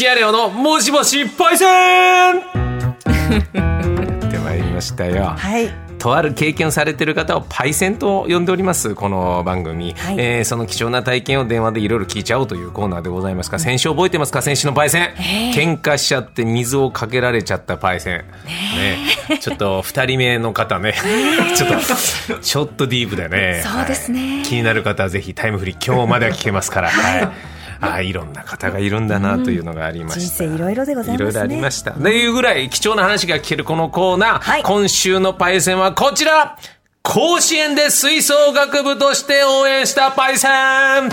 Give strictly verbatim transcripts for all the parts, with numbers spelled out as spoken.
石屋レオのもしもしパイセンやってまいりましたよ。 はい。 とある経験をされている方をパイセンと呼んでおりますこの番組、はい、えー、その貴重な体験を電話でいろいろ聞いちゃおうというコーナーでございますが、先週覚えてますか？先週のパイセン、喧嘩しちゃって水をかけられちゃったパイセン、ね、ちょっとふたりめの方ねちょっとちょっとディープでね、 そうですね、 はい、気になる方はぜひタイムフリー今日までは聞けますから、はい、あ、いろんな方がいるんだなというのがありました、うん、人生いろいろでございますね。 いろいろありましたというぐらい貴重な話が聞けるこのコーナー、はい、今週のパイセンはこちら。甲子園で吹奏楽部として応援したパイセン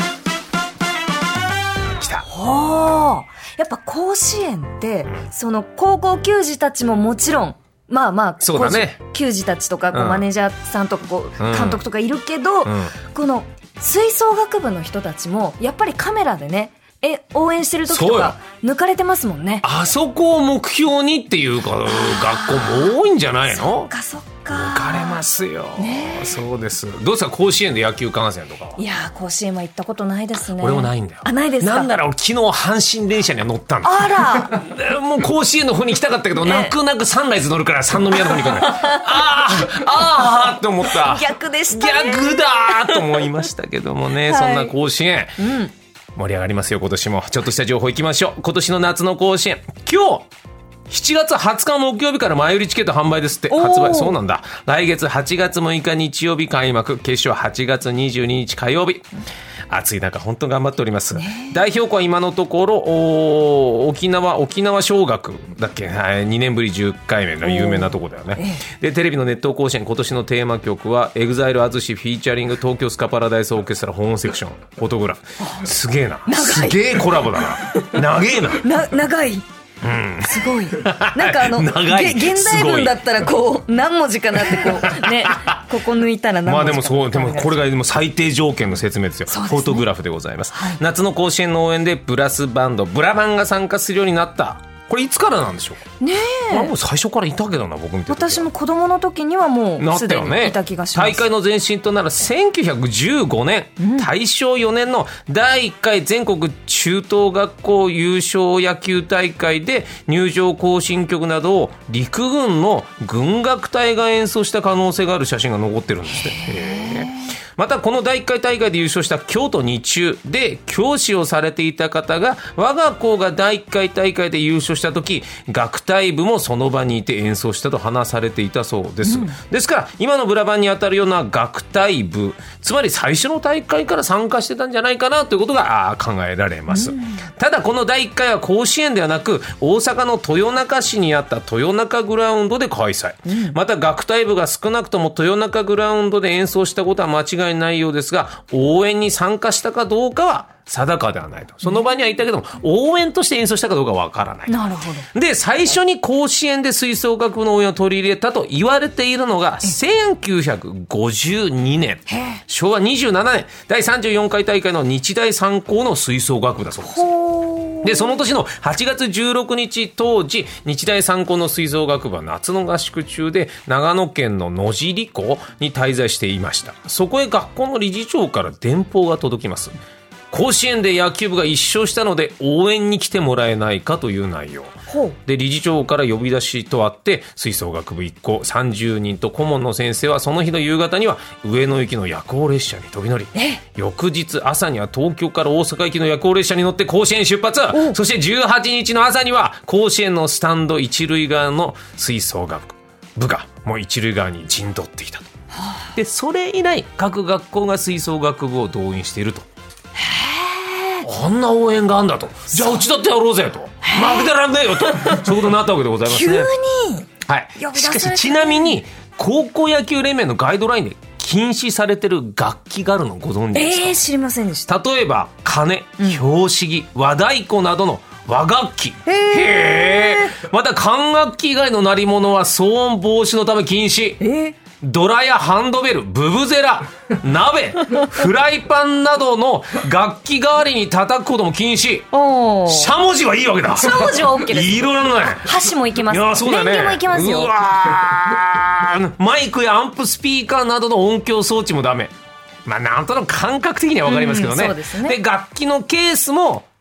来た。 はあ、やっぱ甲子園って、うん、その高校球児たちももちろんまあまあそうだね、 球児たちとかこう、うん、マネージャーさんとかこう、うん、監督とかいるけど、うん、この吹奏楽部の人たちもやっぱりカメラでね、え応援してる時とか抜かれてますもんね。 あそこを目標にっていうか学校も多いんじゃないの？ そっかそっか、 抜かれますよ、ね、そうです。どうですか甲子園で野球観戦とかは？ いや甲子園は行ったことないですね。 俺もないんだよ。 あ、ないですか。 なんなら俺昨日阪神電車には乗ったんだ。 あらもう甲子園の方に行きたかったけど、泣く泣くサンライズ乗るから三宮の方に行くんだよあーあーって思った。 逆でしたね。 逆だーと思いましたけどもね、はい、そんな甲子園、うん、盛り上がりますよ今年も。ちょっとした情報いきましょう。今年の夏の甲子園、今日しちがつはつか木曜日から前売りチケット販売ですって。発売。そうなんだ。来月はちがつむいか日曜日開幕、決勝はちがつにじゅうににち火曜日。暑い中本当頑張っております、ね、代表校は今のところ沖縄沖縄尚学だっけ、はい、にねんぶりじゅっかいめの有名なとこだよね。でテレビの熱闘甲子園、今年のテーマ曲は エグザイル 淳フィーチャリング東京スカパラダイスオーケストラホーンセクションフォトグラフ。すげえな、すげえコラボだな長えなな長い、うん、すごい。なんかあの現代文だったらこう何文字かなってこうねここ抜いたら何文字かな。まあでもそう、 でもこれがでも最低条件の説明ですよ。フォトグラフでございます、はい、夏の甲子園の応援でブラスバンドブラバンが参加するようになった。これいつからなんでしょうねえ。もう最初からいたけどな、僕見てた。 私も子供の時にはもうすでにいた気がします。 大会の前身となるせんきゅうひゃくじゅうごねん、うん、大正よねんのだいいっかい全国中等学校優勝野球大会で入場行進曲などを陸軍の軍楽隊が演奏した可能性がある写真が残ってるんですって。へー。またこのだいいっかい大会で優勝した京都日中で教師をされていた方が、我が校がだいいっかい大会で優勝した時楽隊部もその場にいて演奏したと話されていたそうです、うん、ですから今のブラバンに当たるような楽隊部、つまり最初の大会から参加してたんじゃないかなということが考えられます、うん、ただこのだいいっかいは甲子園ではなく大阪の豊中市にあった豊中グラウンドで開催、うん、また楽隊部が少なくとも豊中グラウンドで演奏したことは間違いないようですが、応援に参加したかどうかは定かではないと。その場にはいたけども、応援として演奏したかどうかはわからない。 なるほど。 で、最初に甲子園で吹奏楽部の応援を取り入れたと言われているのがせんきゅうひゃくごじゅうにねん、しょうわにじゅうななねんだいさんじゅうよんかい大会の日大三高の吹奏楽部だそうです。でその年のはちがつじゅうろくにち、当時日大三高の吹奏楽部は夏の合宿中で長野県の野尻湖に滞在していました。そこへ学校の理事長から電報が届きます。甲子園で野球部がいっ勝したので応援に来てもらえないかという内容で、理事長から呼び出しとあって吹奏楽部いっこさんじゅうにんと顧問の先生はその日の夕方には上野行きの夜行列車に飛び乗り、翌日朝には東京から大阪行きの夜行列車に乗って甲子園出発。そしてじゅうはちにちの朝には甲子園のスタンド一塁側の吹奏楽部がもう一塁側に陣取っていたと。でそれ以来各学校が吹奏楽部を動員していると。あんな応援があんだと、じゃあうちだってやろうぜと、負けてらんねえよとそういうことになったわけでございますね。 急に、 はい、しかしちなみに高校野球連盟のガイドラインで禁止されてる楽器があるのご存知ですか？ えー、知りませんでした。 例えば鐘、拍子木、和太鼓などの和楽器、へー、また管楽器以外の鳴り物は騒音防止のため禁止。えードラやハンドベル、ブブゼラ、鍋、フライパンなどの楽器代わりに叩くことも禁止。しゃもじはいいわけだ。 しゃもじは OK です。 いろいろね。 箸もいけます。 いやそうだね。 レンゲもいけますよ。 うわマイクやアンプスピーカーなどの音響装置もダメ。まあなんとなく感覚的には分かりますけどね。うん、そうですね。で楽器のケースも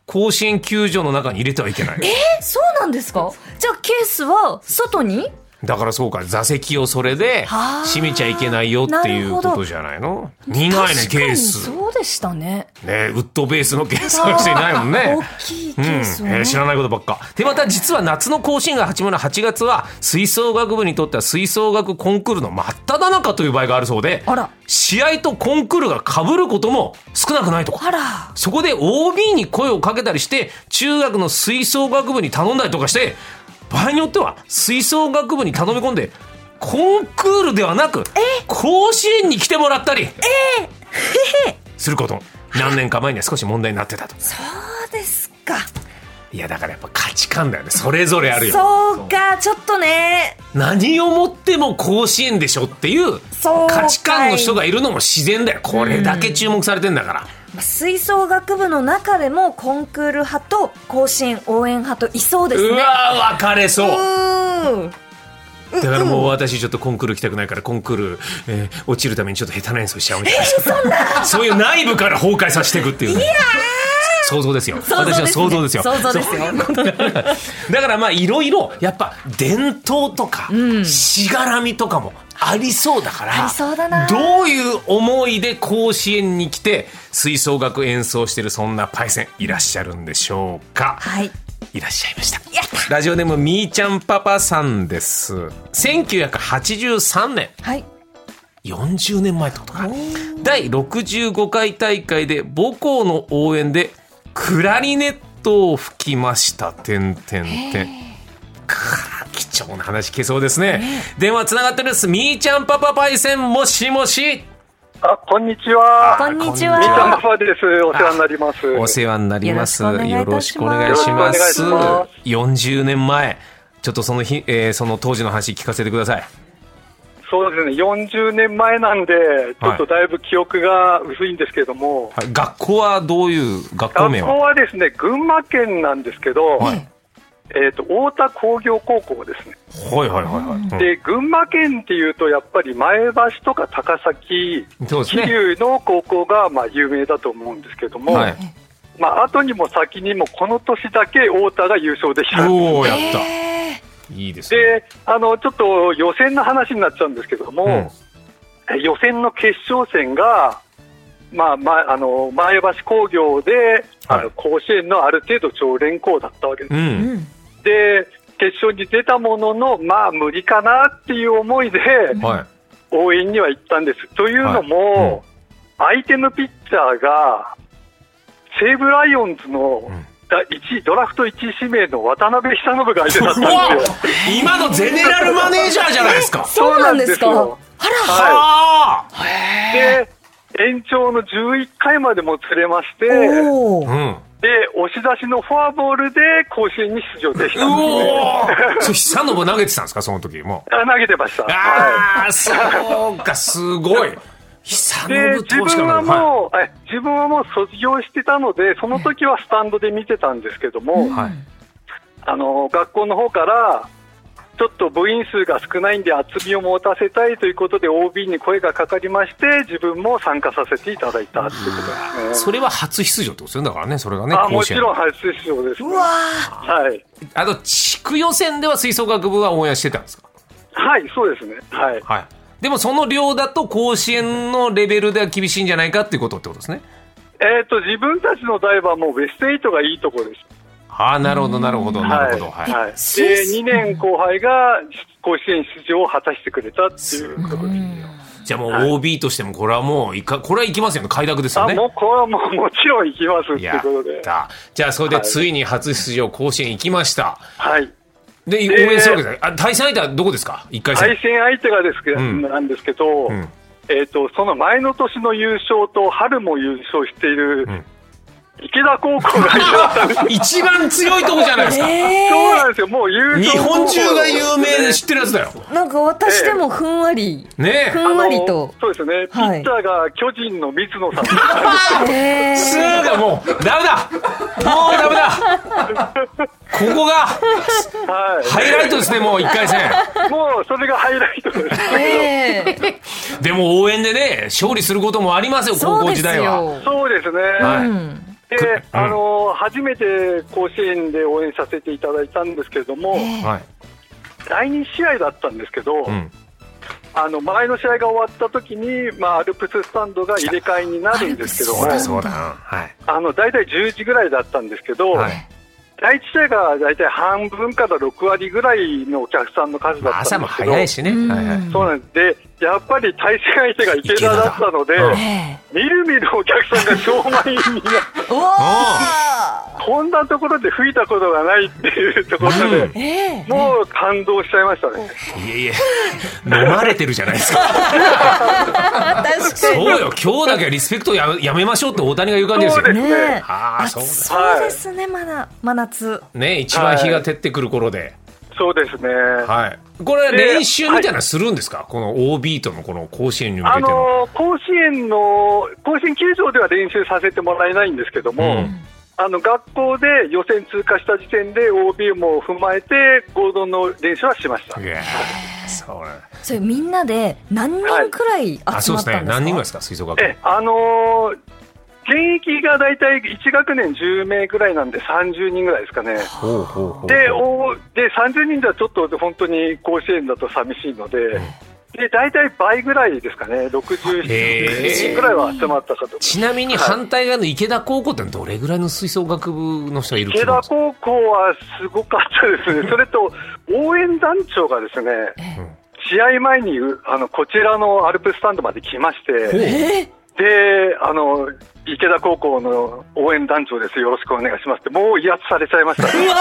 甲子園球場の中に入れてはいけない。 えー、そうなんですか？じゃあケースは外に？ だからそうか、座席をそれで閉めちゃいけないよっていうことじゃないの？苦いね、ケース。 そうでしたね。 ね、ウッドベースのケースの人いないもんね。 大きいケースをね、 うんえー、知らないことばっか。で、また実は夏の甲子園が始まるはちがつは、吹奏楽部にとっては吹奏楽コンクールの真っ只中という場合があるそうで、 あら、 試合とコンクールが被ることも少なくないとか。 あら。 そこで オービー に声をかけたりして、中学の吹奏楽部に頼んだりとかして、場合によっては吹奏楽部に頼み込んで、コンクールではなく甲子園に来てもらったりすること、何年か前には少し問題になってたと。 そうですか。 いやだからやっぱ価値観だよね、それぞれあるよ。 そうか、ちょっとね、 何をもっても甲子園でしょっていう価値観の人がいるのも自然だよ。これだけ注目されてんだから。 吹奏楽部の中でもコンクール派と甲子園応援派といそうですね。 うわ分かれそう。 うだからもう私ちょっとコンクール来たくないからコンクール、えー、落ちるためにちょっと下手な演奏しちゃうみたいな、えー、そんなそういう内部から崩壊させていくっていう、ね、いや想像ですよ。 想像ですね、 私は想像ですよ。 想像ですよ。 だからまあいろいろやっぱ伝統とか、うん、しがらみとかもありそうだから、 ありそうだな。 どういう思いで甲子園に来て吹奏楽演奏してるそんなパイセンいらっしゃるんでしょうか。 はい、 いらっしゃいました。 やった。 ラジオネームみーちゃんパパさんです。せんきゅうひゃくはちじゅうさんねん、はい、よんじゅうねんまえってことか。だいろくじゅうごかい大会で母校の応援でクラリネットを吹きました。てんてんてん。貴重な話聞けそうですね。電話つながってるんです。みーちゃんパパパイセン、もしもし。 あ、こんにちは。 こんにちは。 みーちゃんパパです。お世話になります。 お世話になります。よろしくお願いします。 よんじゅうねんまえ、ちょっとその日、えー、その当時の話聞かせてください。 そうですね、よんじゅうねんまえなんでちょっとだいぶ記憶が薄いんですけれども、 はい、学校はどういう学校名は？ 学校はですね、群馬県なんですけど、はい、えーと、太田工業高校ですね。 はいはいはいはい、うん、 で群馬県っていうとやっぱり前橋とか高崎、桐生の高校がまあ有名だと思うんですけども、はい、まあ後にも先にもこの年だけ太田が優勝できたんです。 おー、やった。いいですね。 で、あのちょっと予選の話になっちゃうんですけども、うん、予選の決勝戦が、まあまあ、あの前橋工業で、はい、あの甲子園のある程度常連校だったわけです、うん、で決勝に出たものの、まあ無理かなっていう思いで、はい、応援には行ったんです。というのも、はいうん、相手のピッチャーが西武ライオンズの、うんいちドラフトいちい指名の渡辺久信が相手だったんですよ。 今のゼネラルマネージャーじゃないですか。 そうなんですか。あら、 はい、で延長のじゅういっかいまでもつれまして、お、うん、で押し出しのフォアボールで甲子園に出場できたんですね。 久信投げてたんですか、その時も。 あ、投げてました。 ああ、そうか、すごい。 で自分はもう、はい、自分はもう卒業してたので、その時はスタンドで見てたんですけども、はい、あの学校の方からちょっと部員数が少ないんで厚みを持たせたいということで オービー に声がかかりまして、自分も参加させていただいたっていうことですね。 それは初出場ってことですよだからね。それがね、 あ、もちろん初出場です、ね。うわ、はい、 あと地区予選では吹奏楽部は応援してたんですか？ はい、そうですね。はい、はい、 でもその量だと甲子園のレベルでは厳しいんじゃないかっていうことってことですね。 えーと、自分たちの代はもうベストはちがいいところです。 ああ、なるほどなるほどなるほど、 はいはい、でにねんご輩が甲子園出場を果たしてくれたっていうことです。 じゃあもう オービー としてもこれはもういかこれは行きますよね。快諾ですよね。 あ、もうこれはもうもちろん行きますっていうことで。やった。 じゃあそれでついに初出場甲子園行きました。 はい。 で応援するわけです。あ、対戦相手はどこですか？いっかい戦。 対戦相手がですけど、うん、なんですけど、うん、えーと、その前の年の優勝と春も優勝している、うん、池田高校が一番一番強いとこじゃないですか。 えー、そうなんですよ。もう優勝、 日本中が有名で知ってるやつだよ。 なんか私でもふんわり、 えー、ね、 ふんわりと。 そうですね。ピッチャーが巨人の水野さんです。 えー、すぐもうダメだ。もうダメだ。ここが、はい、ハイライトですね。もういっかい戦。 もうそれがハイライトです、 えー、 でも応援でね勝利することもありますよ。高校時代は。 そうですね。はい、 で、あのー、初めて甲子園で応援させていただいたんですけれども、はい、だいに試合だったんですけど、うん、あの前の試合が終わった時に、まあ、アルプススタンドが入れ替えになるんですけども、そうだそうだ、はい、あのだいたいじゅうじぐらいだったんですけど、はい、だいいち試合がだいたい半分からろく割ぐらいのお客さんの数だったんですけど、朝も早いしね、はいはい、 そうなんです。でやっぱり対戦相手が池田だったので、うん、みるみるお客さんが超満員になってこんなところで吹いたことがないっていうところで、うんえー、もう感動しちゃいましたね。 いやいや飲まれてるじゃないですか確かにそうよ、今日だけはリスペクト や, やめましょうって大谷が言う感じですよ。 そうですね、 あそうそうですね、まだ真夏ね、一番日が照ってくる頃で、はい、 そうですね、 はい、これは練習みたいなのするんですか、はい、この オービー とのこの甲子園に向けての、あのー、甲子園の甲子園球場では練習させてもらえないんですけども、うん、あの学校で予選通過した時点で オービー も踏まえて合同の練習はしました。いやそうそれみんなで何人くらい集まったんですか。はい、あ、そうですね、 何人ぐらいですか吹奏楽部。 えあのー現役がだいたいいち学年じゅうめいぐらいなんでさんじゅうにんぐらいですかね。ほうほうほうでおでさんじゅうにんではちょっと本当に甲子園だと寂しいので、うん、でだいたい倍ぐらいですかね、ろくじゅうななにんぐらいは集まったかと。 ちなみに反対側の池田高校ってどれぐらいの吹奏楽部の人がいるんですか。 池田高校はすごかったですねそれと応援団長がですね、うん、試合前にあのこちらのアルプススタンドまで来まして、であの池田高校の応援団長です、よろしくお願いしますってもう威圧されちゃいましたね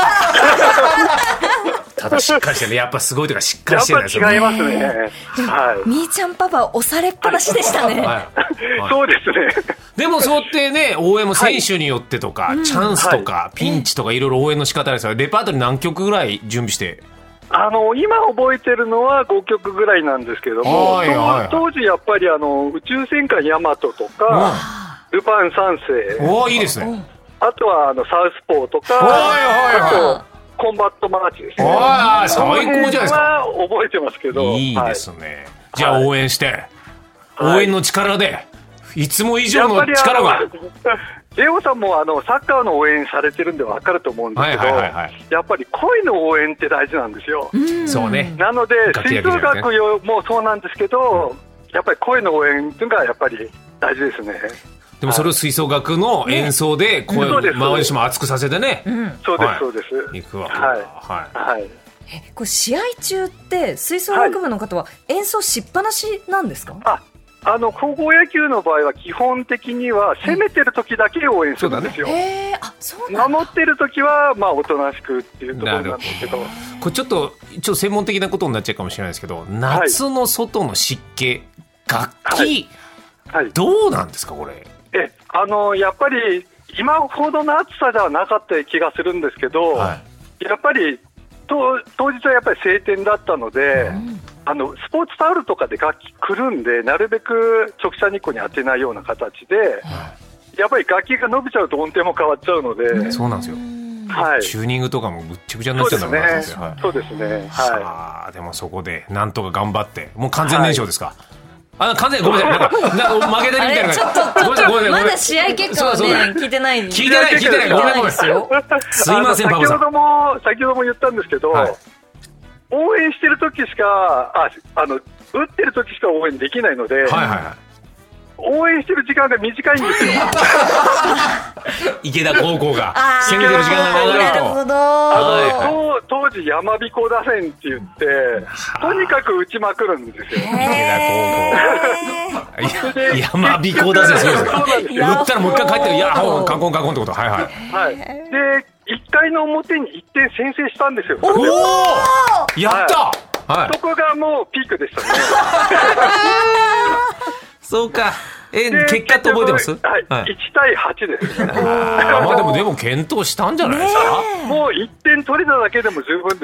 ただしっかりしてね、やっぱすごいとかしっかりしてるんですよね。 やっぱ違いますね、はい、 みーちゃんパパ押されっぱなしでしたね、はいはい、 そうですねでもそうやってね応援も選手によってとか、はい、チャンスとか、うん、ピンチとかいろいろ応援の仕方ですから、レパートリー何曲ぐらい準備して。 あの今覚えてるのはごきょくぐらいなんですけども、はいはいはい、当時やっぱりあの宇宙戦艦ヤマトとか、うん、ルパン三世、 おいいですね、 あとはあのサウスポーとか、はいはいはい、あとコンバットマーチですね。 あ最高じゃないですか。 覚えてますけど。 いいですね、はい、じゃあ応援して、はい、応援の力でいつも以上の力が。 レオさんもあのサッカーの応援されてるんで分かると思うんですけど、はいはいはいはい、やっぱり声の応援って大事なんですよ。 そうね。 なので吹奏楽もそうなんですけど、やっぱり声の応援っていうのがやっぱり大事ですね。 でもそれを吹奏楽の演奏で声を周りの人も熱くさせてね。 そうですそうです。 行くわ。 はいはい。 えこれ試合中って吹奏楽部の方は演奏しっぱなしなんですか。はい、ああの高校野球の場合は基本的には攻めてる時だけ応援するんですよ。 へー、あ、そうなんだ。 守ってる時はまあおとなしくっていうところなんですけど、 これちょっと一応専門的なことになっちゃうかもしれないですけど、夏の外の湿気、楽器、はいはい、どうなんですかこれ。 えあのやっぱり今ほどの暑さではなかった気がするんですけど、はい、やっぱり当, 当日はやっぱり晴天だったので、うん、あのスポーツタオルとかで楽器くるんでなるべく直射日光に当てないような形で、はい、やっぱり楽器が伸びちゃうと音程も変わっちゃうので、うん、 そうなんですよ、はい、チューニングとかもぐっちゃぐちゃになっちゃうんだろうな。 そうですね、はい、 はあ、でもそこでなんとか頑張ってもう完全燃焼ですか。はい、あ完全ごめんなさい、なんかなんか負けてるみたいな。 ちょっとちょっとまだ試合結果はね聞いてない聞いてない聞いてないごめんごめんすいませんパパさん。 先ほども先ほども言ったんですけど、はい、応援してる時しかああの打ってる時しか応援できないので、はいはいはい、応援してる時間が短いんですよ池田高校が攻めてる時間が長いと。なるほど、 はいはい、当時山彦打線って言ってとにかく打ちまくるんですよ。池田高校山彦打線すごいですね。打ったらもう一回帰っていやカンコンカンコンってこと。はいはい、 はい、でいっかいの表にいってん先制したんですよ。 おおやった、 はいはい、そこがもうピークでしたねそうか。え結果って覚えてます？ はいはい、いちたいはちですね。 あまあでもでも検討したんじゃないですか。 もういってん取れただけでも十分です。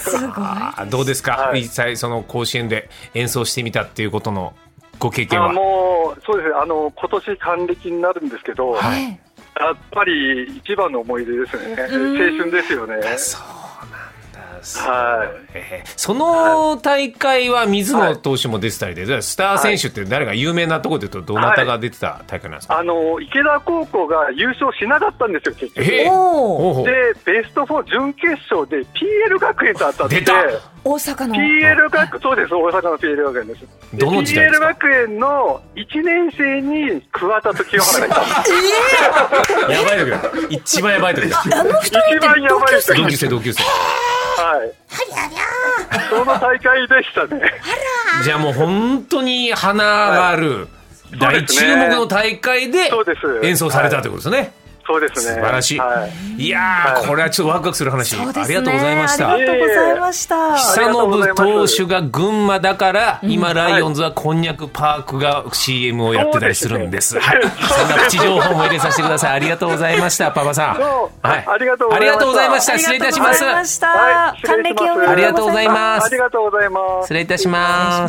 すごいあどうですか、はい、実際その甲子園で演奏してみたっていうことのご経験は。 あもうそうですね、あの今年還暦になるんですけど、はい、やっぱり一番の思い出ですね。青春ですよね。 そうなんだ。 はい、 えー、その大会は水野投手も出てたりで、はい、スター選手って誰が有名なところで言うとどなたが出てた大会なんですか？ はい、あの池田高校が優勝しなかったんですよ結局。 えー、 でベストフォー準決勝で ピーエル 学園と当たって、 出た大阪のピーエル 学そうです、大阪の ピーエル 学園です。 どの時代ですか？ ピーエル 学園のいちねん生に桑田と清原がいたえー、やばい時だ、一番やばい時だ。 あの二人って同級生同級生同級生はい、その大会でしたね。 じゃあもう本当に花がある、はい、大注目の大会で演奏されたということですね。はい、 そうですね。 素晴らしい。はい、いやー、はい、これはちょっとワクワクする話、ね、ありがとうございました。 ありがとうございました。 久信投手が群馬だから、うん、今ライオンズはこんにゃくパークが シーエム をやってたりするんです。はい、そんなプチ情報も入れさせてください。ありがとうございました、パパさん。 はい、ありがとうございました。 失礼いたします。 はい、還暦おめでとうございます。 ありがとうございます。 ありがとうございます。 失礼いたします。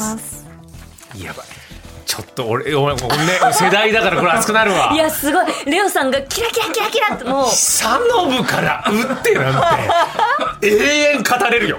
やばい。ちょっと俺、俺、ね、世代だからこれ熱くなるわ。 いや、すごい。レオさんがキラキラキラキラってもう。 久信から打ってなんて、永遠語れるよ。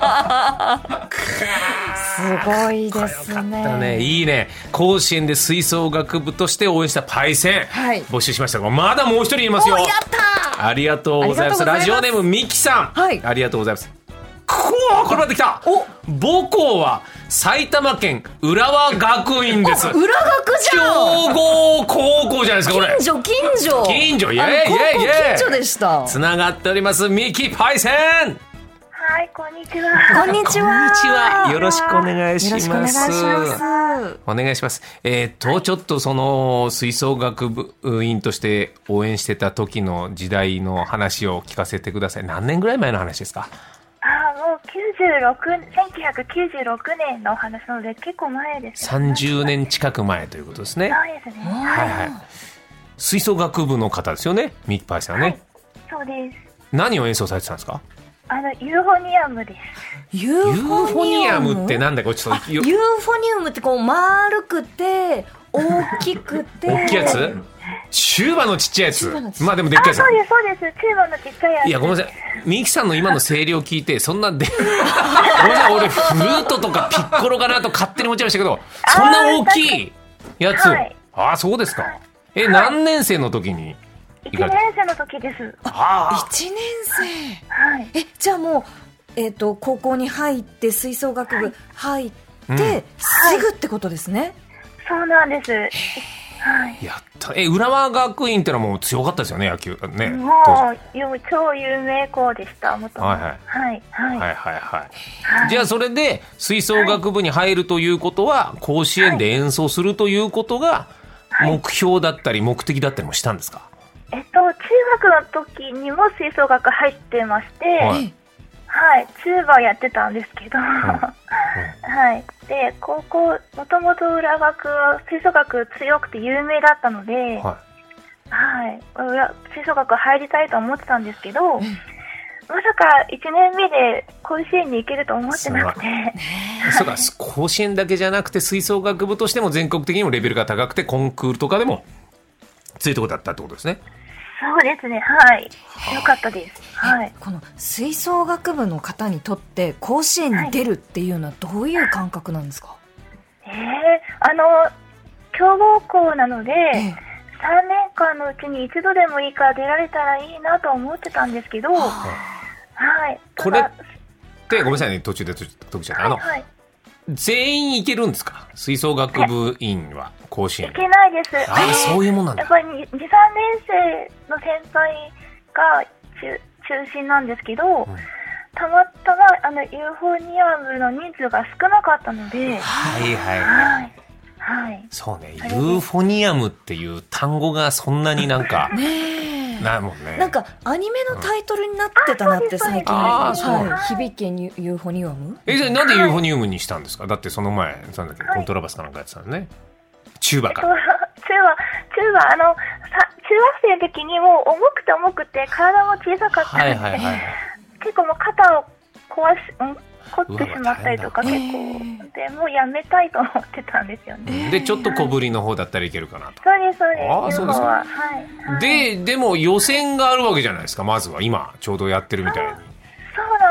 すごいですね。 よかったね。いいね。甲子園で吹奏楽部として応援したパイセン、はい、募集しましたが、まだもう一人いますよ。 やったありがとうございます。ラジオネームミキさん、はい、ありがとうございます。これまで来た。お母校は埼玉県浦和学院です。 浦学じゃん。 強豪高校じゃないですかこれ。 近所近所近所イエイイエイイエイ。 近所でした。 つながっておりますミキパイセン。 はい、こんにちは。 こんにちは。 こんにちは。よろしくお願いします。 よろしくお願いします。 お願いします。えー、っと、はい、ちょっとその吹奏楽部員として応援してた時の時代の話を聞かせてください。何年ぐらい前の話ですか？ あ、もうきゅうじゅうろく、せんきゅうひゃくきゅうじゅうろくねんのお話なので結構前です、ね。さんじゅうねん近く前ということですね。 そうですね。 はいはい。吹奏楽部の方ですよね、ミキパイさんね、はい。 そうです。 何を演奏されてたんですか？ あのユーフォニアムです。 ユーフォニアム、 ユーフォニアムってなんだかちょっと。 ユーフォニアムってこう丸くて大きくて大きいやつ？チューバのちっちゃいやつ。まあでもでっかいやつ。 そうですそうです。チューバのちっちゃいやつ。 いやごめんなさい。ミキさんの今の声量聞いてそんなでごめんなさい、俺フルートとかピッコロかなと勝手に思っちゃいましたけど、そんな大きいやつを。はい、ああそうですか。え、はい、何年生の時に？ いちねん生の時です。 あ、いちねん生。はい。え、じゃあもうえっと高校に入って吹奏楽部入って、はい、すぐってことですね。はい、 そうなんです。はい、 やったえ浦和学院ってのはもう強かったですよね野球ね。 もう超有名校でした元々。はいはいはいはいはいはいはい。じゃあそれで吹奏楽部に入るということは、はい、甲子園で演奏するということが目標だったり目的だったりもしたんですか？ えっと中学の時にも吹奏楽入ってまして、はいはい、チューバやってたんですけど、うんうん、はい。で、高校、もともと浦学は吹奏楽強くて有名だったので、はい。はい、吹奏楽入りたいと思ってたんですけど、うん、まさかいちねんめで甲子園に行けると思ってなくて。 そうか、甲子園だけじゃなくて吹奏楽部としても全国的にもレベルが高くて、コンクールとかでも強いところだったってことですね。 そうですね、はい、よかったです。はい、 この吹奏楽部の方にとって甲子園に出るっていうのはどういう感覚なんですか？ はい、えー、あの強豪校なので、えー、さんねんかんのうちに一度でもいいから出られたらいいなと思ってたんですけど、ははい、これってごめんなさいね、途中で途中であの、はいはい、全員行けるんですか？吹奏楽部員は甲子園。 行けないです。 ああ、そういうもんなんだ。 やっぱりに、さんねん生の先輩が中中心なんですけど、うん、たまたまあのユーフォニアムの人数が少なかったので、 はいはいはい。はい、そうね、ユーフォニアムっていう単語がそんなになんかねなもんね。 なんかアニメのタイトルになってたなって最近、ああ、そう、はい、響けユーフォニアム。 え、じゃあなんでユーフォニアムにしたんですか？だってその前なんだっけ、はい、コントラバスかなんかやってたのね。チューバか。 チューバ、チューバ、あのさ中学生の時にもう重くて重くて体も小さかったので、はいはいはい、結構もう肩を壊し、うん、凝ってしまったりとか結構でもうやめたいと思ってたんですよね。 でちょっと小ぶりの方だったらいけるかなと。 そうですそうです。 ああそうですか。 はいはい、 ででも予選があるわけじゃないですか。まずは今ちょうどやってるみたいに。 そうな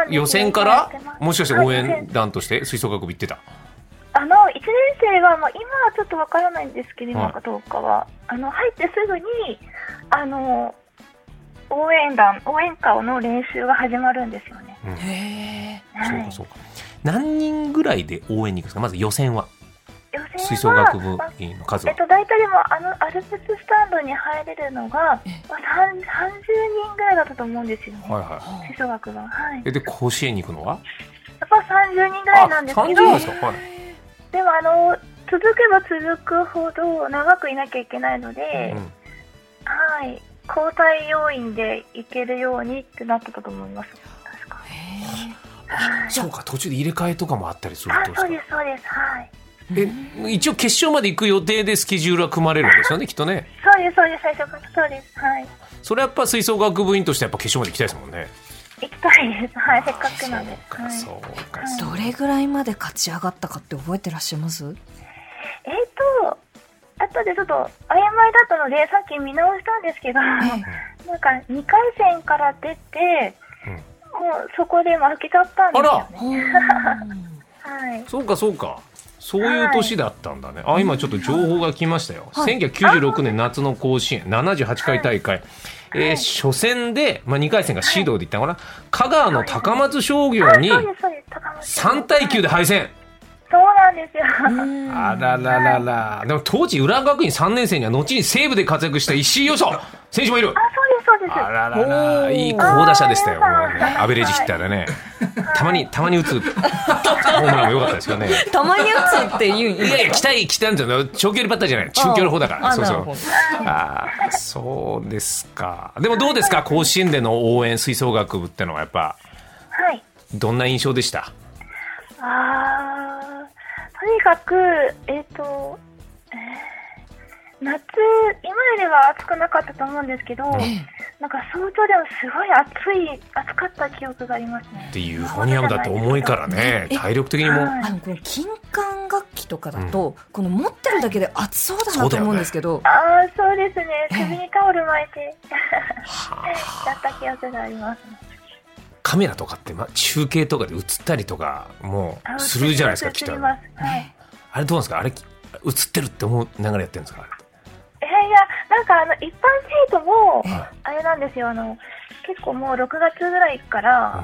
ですよ。 予選からもしかして応援団として吹奏楽部行ってた？ あのいちねん生は、まあ、今はちょっとわからないんですけど、今かどうかはあの入ってすぐにあの応援団応援歌の練習が始まるんですよね。 うん、 へー、そうかそうか。何人ぐらいで応援に行くんですか？まず予選は予選は吹奏楽部員の数は、 えっと、大体でもあのアルプススタンドに入れるのが、まあ、さんじゅうにんぐらいだったと思うんですよね、 はいはい、 吹奏楽が、はい、 で甲子園に行くのはやっぱさんじゅうにんぐらいなんですけど、 あさんじゅうにんですか、はい、 でもあの続けば続くほど長くいなきゃいけないので、うん、はい、交代要員で行けるようにってなってたと思います。確か。 へー、そうか、途中で入れ替えとかもあったりするってことですか？ あ、そうですそうです、はい。 え、一応決勝まで行く予定でスケジュールは組まれるんですよね、きっとね。 そうですそうです、最初からそうです、はい。 それはやっぱ吹奏楽部員としてやっぱ決勝まで行きたいですもんね。 行きたいです、はい、せっかくなんで。 そうかそうか、はい、 どれぐらいまで勝ち上がったかって覚えてらっしゃいます？ えーと後でちょっと曖昧だったのでさっき見直したんですけど、うん、なんかにかい戦から出て、うん、もうそこで負けちゃったんですよね。はい、 そうかそうか、そういう年だったんだね、はい、あ、今ちょっと情報が来ましたよ、はい、せんきゅうひゃくきゅうじゅうろくねん夏の甲子園ななじゅうはちかい大会、はい、えー、初戦で、まあ、にかい戦がシードでいったのかな、はい、香川の高松商業にさんたいきゅうで敗戦。 そうなんですよ。 あらららら、はい、でも当時浦和学院さんねん生には後に西武で活躍した石井予想選手もいる。 あ、そうですそうです。 あららら、いい好打者でしたよ、ね、アベレージヒッターでね、はい、たまにたまに打つホームランも良かったですよね。 たまに打つっていう、 いやいや、期待期待なんですよ、長距離バッターじゃない、中距離の方だから。そうそう、あ、そうですか。でもどうですか、甲子園での応援吹奏楽部ってのはやっぱ、 はい、 どんな印象でした？ あー、とにかく、えっと、えー、夏、今よりは暑くなかったと思うんですけど、うん、なんか早朝でもすごい暑い、暑かった記憶がありますね。 で、ユーフォニアムだって重いからね、体力的にも。 あのこの金管楽器とかだと、うん、この持ってるだけで暑そうだなと思うんですけど。 ね、ああ、そうですね、首にタオル巻いてやった記憶がありますね。 カメラとかって、ま、中継とかで映ったりとかもうするじゃないですか、きっと。はい、あれどうなんですか、あれ映ってるって思うながらやってるんですか？ いやいや、なんかあの一般生徒もあれなんですよ、あの結構もうろくがつぐらいから、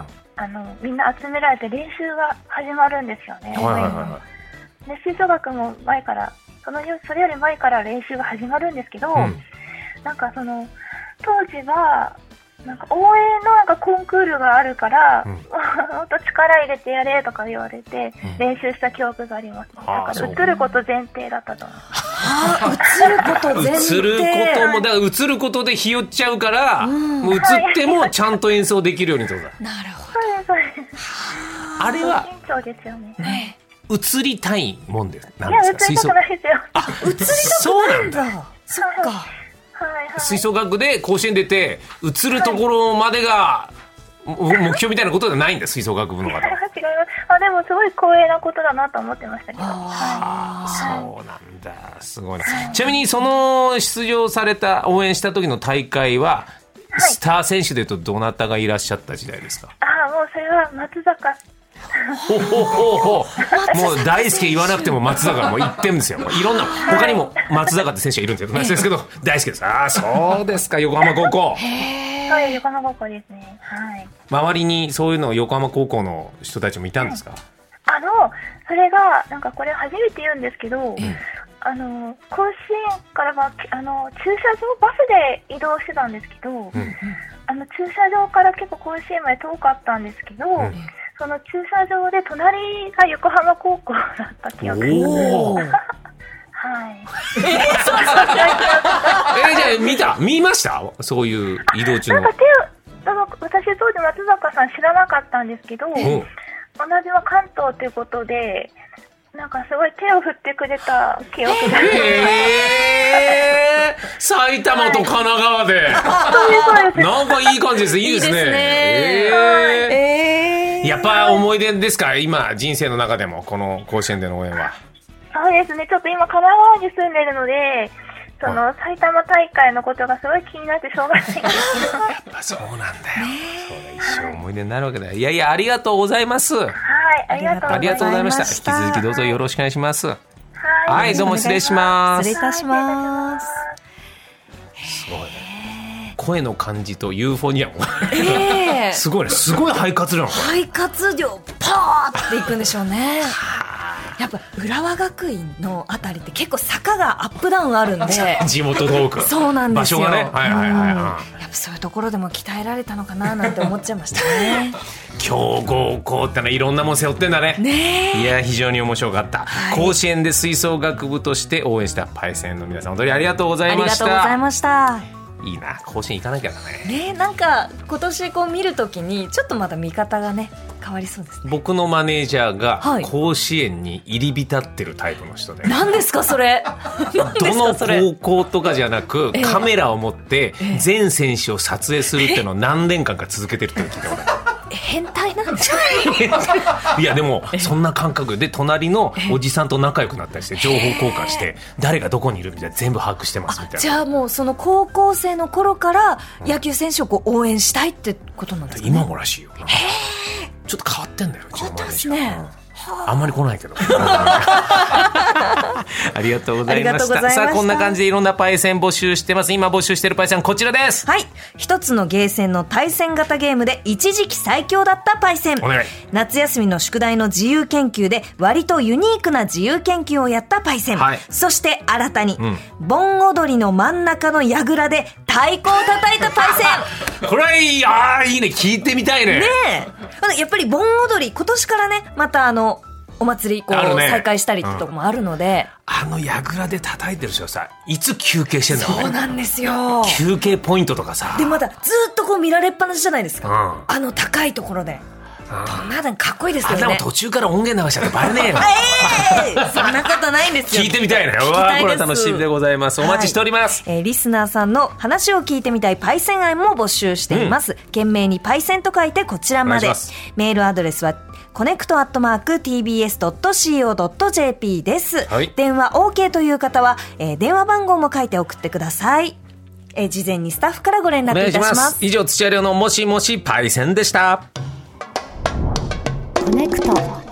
うん、あのみんな集められて練習が始まるんですよね。はいはいはい、で吹奏楽も前からそのそれより前から練習が始まるんですけど、うん、なんかその当時はなんか応援のなんかコンクールがあるから、うん、もっと力入れてやれとか言われて、うん、練習した記憶があります。だから映ること前提だったと思います。 あ、映ること前提。 映ることも、だから映ることでひよっちゃうから、うん、もう映ってもちゃんと演奏できるようにってことだ。 なるほど。 そうですそうです。 あれは緊張ですよね。 ね、映りたいもんです。 なんですか、いや、映りたくないですよ。 あ、映りたくないんだ。 そっか。 はいはい、 吹奏楽で甲子園出て映るところまでが目標みたいなことではないんだ、吹奏楽部の方は。違います。 あ、でもすごい光栄なことだなと思ってましたけど。 あ、そうなんだ、すごいな。ちなみにその出場された応援した時の大会は、はい、スター選手でいうとどなたがいらっしゃった時代ですか？ あ、もうそれは松坂。 ほほほほ、もう大輔言わなくても松坂も言ってるんですよ。いろんな他にも松坂って選手がいるんですけど、松ですけど大輔です。ああ、そうですか、横浜高校。 はい、横浜高校ですね。はい。 周りにそういうの横浜高校の人たちもいたんですか？ はい、あのそれがなんかこれ初めて言うんですけど、うん、あの甲子園からはあの駐車場バスで移動してたんですけど、うん、あの駐車場から結構甲子園まで遠かったんですけど。うん、その駐車場で隣が横浜高校だった記憶です。おはい。えー、 そうそうそうえー、じゃあ見た見ましたそういう移動中の。 なんか手を私当時松坂さん知らなかったんですけど、うん、同じは関東ということでなんかすごい手を振ってくれた記憶があります。 えー、埼玉と神奈川で、はい、なんかいい感じです。いいですね。いいですね。えーえー、やっぱ思い出ですか、今人生の中でもこの甲子園での応援は。 そうですね、ちょっと今神奈川に住んでるのでその埼玉大会のことがすごい気になってしょうがないんですけど。 そうなんだよ。それ一生思い出になるわけだよ。いやいや、ありがとうございます。はい、 ありがとうございました。 ありがとうございました。引き続きどうぞよろしくお願いします。はい、はい、どうも失礼します。 失礼いたします。 すごいね。声の感じとユーフォニアム。 えー、 すごいね。すごい肺活量。 肺活量パーっていくんでしょうね。やっぱ浦和学院のあたりって結構坂がアップダウンあるんで地元トークそうなんですよ。 場所がね、はいはいはい、はい、 やっぱそういうところでも鍛えられたのかななんて思っちゃいましたね。 強豪校ってのはいろんなもん背負ってんだね。 ね、 いや非常に面白かった、はい、甲子園で吹奏楽部として応援したパイセンの皆さん本当にありがとうございました。 ありがとうございました。 いいな、甲子園行かなきゃだね。 ね、なんか今年こう見るときにちょっとまた見方がね変わりそうですね。 僕のマネージャーが甲子園に入り浸ってるタイプの人で、 何ですかそれ。 どの高校とかじゃなくカメラを持って全選手を撮影するっていうのを何年間か続けてるって聞いたことある。 変態なんですか。 いやでもそんな感覚で隣のおじさんと仲良くなったりして情報交換して誰がどこにいるみたいな全部把握してますみたいな。 じゃあもうその高校生の頃から野球選手をこう応援したいってことなんですかね。 今もらしいよ。ちょっと変わってんだようちのマネージャー。 変わってますね。 あんまり来ないけどありがとうございました。さあこんな感じでいろんなパイセン募集してます。今募集してるパイセンこちらです。 はい、一つのゲーセンの対戦型ゲームで一時期最強だったパイセン。 お願い。 夏休みの宿題の自由研究で割とユニークな自由研究をやったパイセン、はい、そして新たに、うん、盆踊りの真ん中の櫓で太鼓を叩いたパイセンこれはいい、あーいいね、聞いてみたいね。 ねえ、やっぱり盆踊り今年からねまたあのお祭りこう、ね、再開したりってとこもあるので、 うん、あの櫓で叩いてる人さいつ休憩してんだろうね。 そうなんですよ。 休憩ポイントとかさでまたずっとこう見られっぱなしじゃないですか、 うん、 あの高いところで。どんなだかっこいいですよね。 あんなも途中から音源流しちゃってバレねえよえー、そんなことないんですよ。 聞いてみたいね。うわこれ楽しみでございます。お待ちしております、 はい、えー、リスナーさんの話を聞いてみたいパイセン愛も募集しています、うん、懸命にパイセンと書いてこちらまで。メールアドレスはコネクトアットマーク ティービーエスドットシーオードットジェーピー です、はい、電話 OK という方は、えー、電話番号も書いて送ってください。えー、事前にスタッフからご連絡いたします。 お願いします。以上土屋亮のもしもしパイセンでした。 コネクト